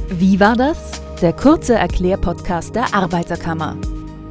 Wie war das? Der kurze Erklärpodcast der Arbeiterkammer.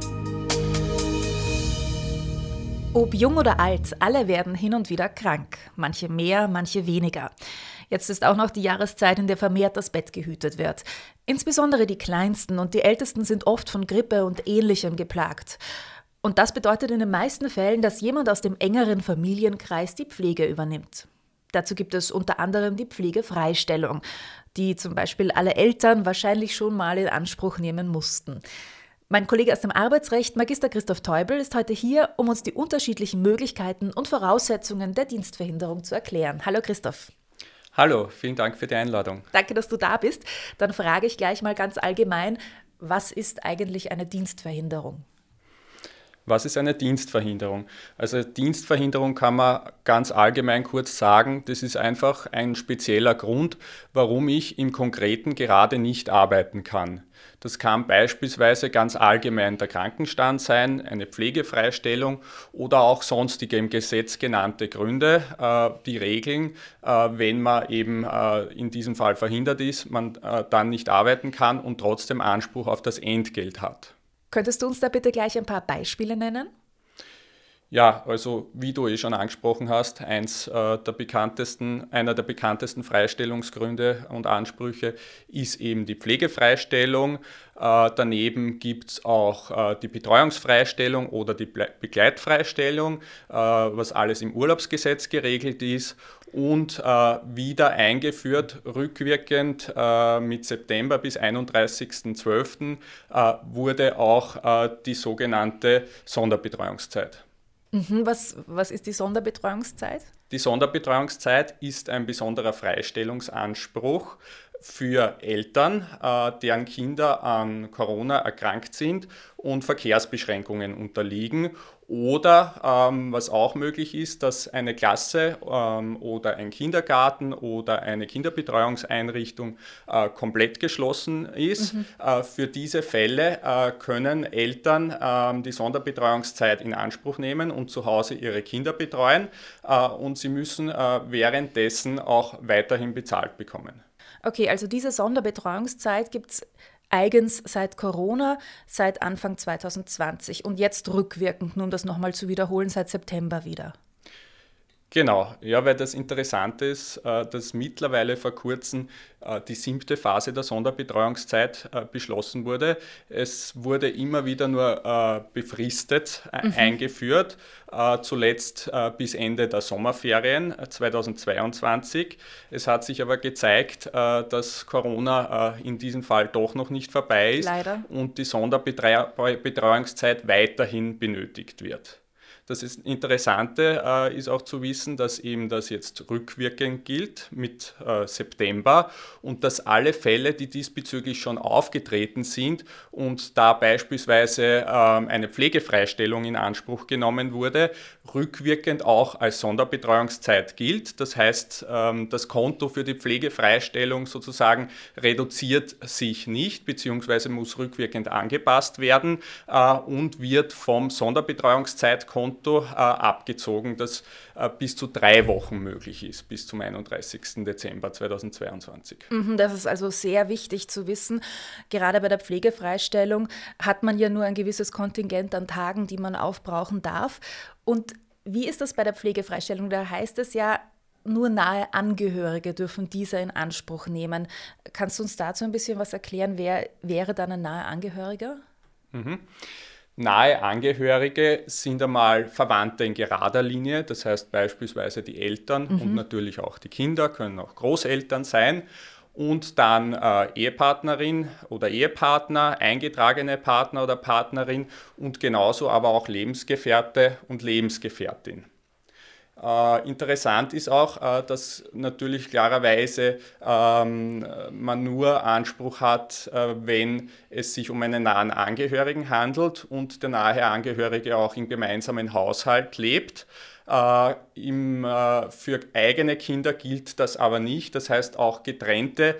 Ob jung oder alt, alle werden hin und wieder krank. Manche mehr, manche weniger. Jetzt ist auch noch die Jahreszeit, in der vermehrt das Bett gehütet wird. Insbesondere die Kleinsten und die Ältesten sind oft von Grippe und Ähnlichem geplagt. Und das bedeutet in den meisten Fällen, dass jemand aus dem engeren Familienkreis die Pflege übernimmt. Dazu gibt es unter anderem die Pflegefreistellung, die zum Beispiel alle Eltern wahrscheinlich schon mal in Anspruch nehmen mussten. Mein Kollege aus dem Arbeitsrecht, Magister Christoph Teubel, ist heute hier, um uns die unterschiedlichen Möglichkeiten und Voraussetzungen der Dienstverhinderung zu erklären. Hallo Christoph. Hallo, vielen Dank für die Einladung. Danke, dass du da bist. Dann frage ich gleich mal ganz allgemein, was ist eigentlich eine Dienstverhinderung? Was ist eine Dienstverhinderung? Also Dienstverhinderung kann man ganz allgemein kurz sagen, das ist einfach ein spezieller Grund, warum ich im Konkreten gerade nicht arbeiten kann. Das kann beispielsweise ganz allgemein der Krankenstand sein, eine Pflegefreistellung oder auch sonstige im Gesetz genannte Gründe, die regeln, wenn man eben in diesem Fall verhindert ist, man dann nicht arbeiten kann und trotzdem Anspruch auf das Entgelt hat. Könntest du uns da bitte gleich ein paar Beispiele nennen? Ja, also wie du schon angesprochen hast, einer der bekanntesten Freistellungsgründe und Ansprüche ist eben die Pflegefreistellung. Daneben gibt es auch die Betreuungsfreistellung oder die Begleitfreistellung, was alles im Urlaubsgesetz geregelt ist. Und wieder eingeführt, rückwirkend mit September bis 31.12. Wurde auch die sogenannte Sonderbetreuungszeit. Was ist die Sonderbetreuungszeit? Die Sonderbetreuungszeit ist ein besonderer Freistellungsanspruch für Eltern, deren Kinder an Corona erkrankt sind und Verkehrsbeschränkungen unterliegen. Oder was auch möglich ist, dass eine Klasse oder ein Kindergarten oder eine Kinderbetreuungseinrichtung komplett geschlossen ist. Für diese Fälle können Eltern die Sonderbetreuungszeit in Anspruch nehmen und zu Hause ihre Kinder betreuen. Und sie müssen währenddessen auch weiterhin bezahlt bekommen. Okay, also diese Sonderbetreuungszeit gibt es eigens seit Corona, seit Anfang 2020 und jetzt rückwirkend, nur um das nochmal zu wiederholen, seit September wieder. Genau, ja, weil das Interessante ist, dass mittlerweile vor kurzem die 7. Phase der Sonderbetreuungszeit beschlossen wurde. Es wurde immer wieder nur befristet eingeführt, zuletzt bis Ende der Sommerferien 2022. Es hat sich aber gezeigt, dass Corona in diesem Fall doch noch nicht vorbei ist. Leider. Und die Sonderbetreuungszeit weiterhin benötigt wird. Das Interessante ist auch zu wissen, dass eben das jetzt rückwirkend gilt mit September und dass alle Fälle, die diesbezüglich schon aufgetreten sind und da beispielsweise eine Pflegefreistellung in Anspruch genommen wurde, rückwirkend auch als Sonderbetreuungszeit gilt. Das heißt, das Konto für die Pflegefreistellung sozusagen reduziert sich nicht bzw. muss rückwirkend angepasst werden und wird vom Sonderbetreuungszeitkonto abgezogen, das bis zu 3 Wochen möglich ist, bis zum 31. Dezember 2022. Das ist also sehr wichtig zu wissen. Gerade bei der Pflegefreistellung hat man ja nur ein gewisses Kontingent an Tagen, die man aufbrauchen darf. Und wie ist das bei der Pflegefreistellung? Da heißt es ja, nur nahe Angehörige dürfen diese in Anspruch nehmen. Kannst du uns dazu ein bisschen was erklären? Wer wäre dann ein naher Angehöriger? Nahe Angehörige sind einmal Verwandte in gerader Linie, das heißt beispielsweise die Eltern und natürlich auch die Kinder, können auch Großeltern sein. Und dann Ehepartnerin oder Ehepartner, eingetragene Partner oder Partnerin und genauso aber auch Lebensgefährte und Lebensgefährtin. Interessant ist auch, dass natürlich klarerweise man nur Anspruch hat, wenn es sich um einen nahen Angehörigen handelt und der nahe Angehörige auch im gemeinsamen Haushalt lebt. Für eigene Kinder gilt das aber nicht. Das heißt, auch getrennte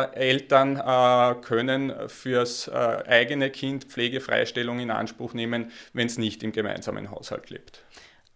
Eltern können fürs eigene Kind Pflegefreistellung in Anspruch nehmen, wenn es nicht im gemeinsamen Haushalt lebt.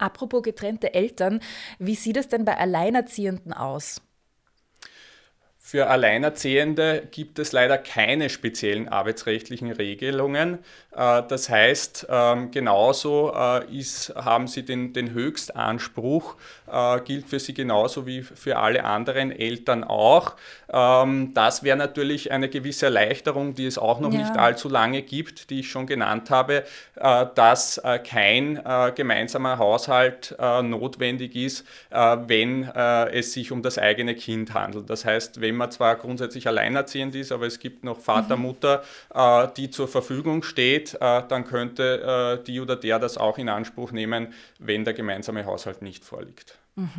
Apropos getrennte Eltern, wie sieht es denn bei Alleinerziehenden aus? Für Alleinerziehende gibt es leider keine speziellen arbeitsrechtlichen Regelungen. Das heißt, genauso haben sie den Höchstanspruch, gilt für sie genauso wie für alle anderen Eltern auch. Das wäre natürlich eine gewisse Erleichterung, die es auch noch nicht allzu lange gibt, die ich schon genannt habe, dass kein gemeinsamer Haushalt notwendig ist, wenn es sich um das eigene Kind handelt. Das heißt, wenn man zwar grundsätzlich alleinerziehend ist, aber es gibt noch Vater, Mutter, die zur Verfügung steht, dann könnte die oder der das auch in Anspruch nehmen, wenn der gemeinsame Haushalt nicht vorliegt.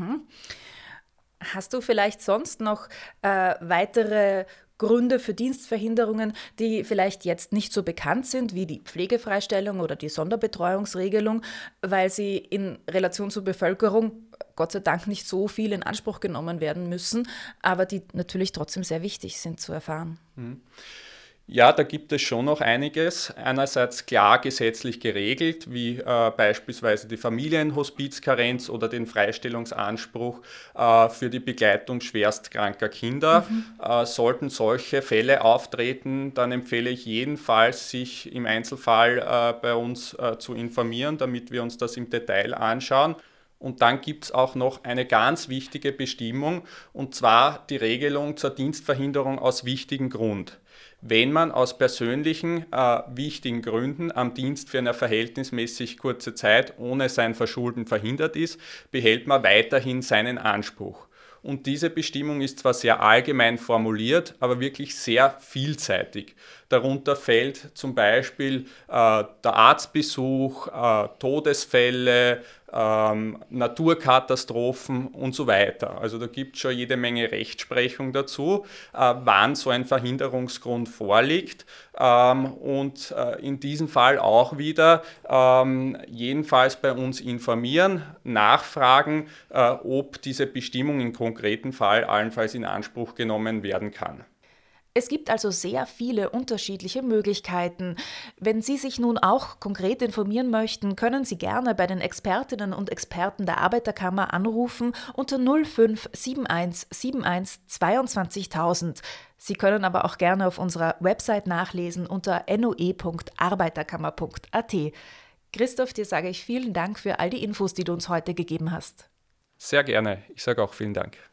Hast du vielleicht sonst noch weitere Gründe für Dienstverhinderungen, die vielleicht jetzt nicht so bekannt sind, wie die Pflegefreistellung oder die Sonderbetreuungsregelung, weil sie in Relation zur Bevölkerung Gott sei Dank nicht so viel in Anspruch genommen werden müssen, aber die natürlich trotzdem sehr wichtig sind zu erfahren? Ja, da gibt es schon noch einiges. Einerseits klar gesetzlich geregelt, wie beispielsweise die Familienhospizkarenz oder den Freistellungsanspruch für die Begleitung schwerstkranker Kinder. Sollten solche Fälle auftreten, dann empfehle ich jedenfalls, sich im Einzelfall bei uns zu informieren, damit wir uns das im Detail anschauen. Und dann gibt es auch noch eine ganz wichtige Bestimmung, und zwar die Regelung zur Dienstverhinderung aus wichtigem Grund. Wenn man aus persönlichen, wichtigen Gründen am Dienst für eine verhältnismäßig kurze Zeit ohne sein Verschulden verhindert ist, behält man weiterhin seinen Anspruch. Und diese Bestimmung ist zwar sehr allgemein formuliert, aber wirklich sehr vielseitig. Darunter fällt zum Beispiel der Arztbesuch, Todesfälle, Naturkatastrophen und so weiter. Also da gibt es schon jede Menge Rechtsprechung dazu, wann so ein Verhinderungsgrund vorliegt. Und in diesem Fall auch wieder jedenfalls bei uns informieren, nachfragen, ob diese Bestimmung im konkreten Fall allenfalls in Anspruch genommen werden kann. Es gibt also sehr viele unterschiedliche Möglichkeiten. Wenn Sie sich nun auch konkret informieren möchten, können Sie gerne bei den Expertinnen und Experten der Arbeiterkammer anrufen unter 05 71 71 22.000. Sie können aber auch gerne auf unserer Website nachlesen unter noe.arbeiterkammer.at. Christoph, dir sage ich vielen Dank für all die Infos, die du uns heute gegeben hast. Sehr gerne. Ich sage auch vielen Dank.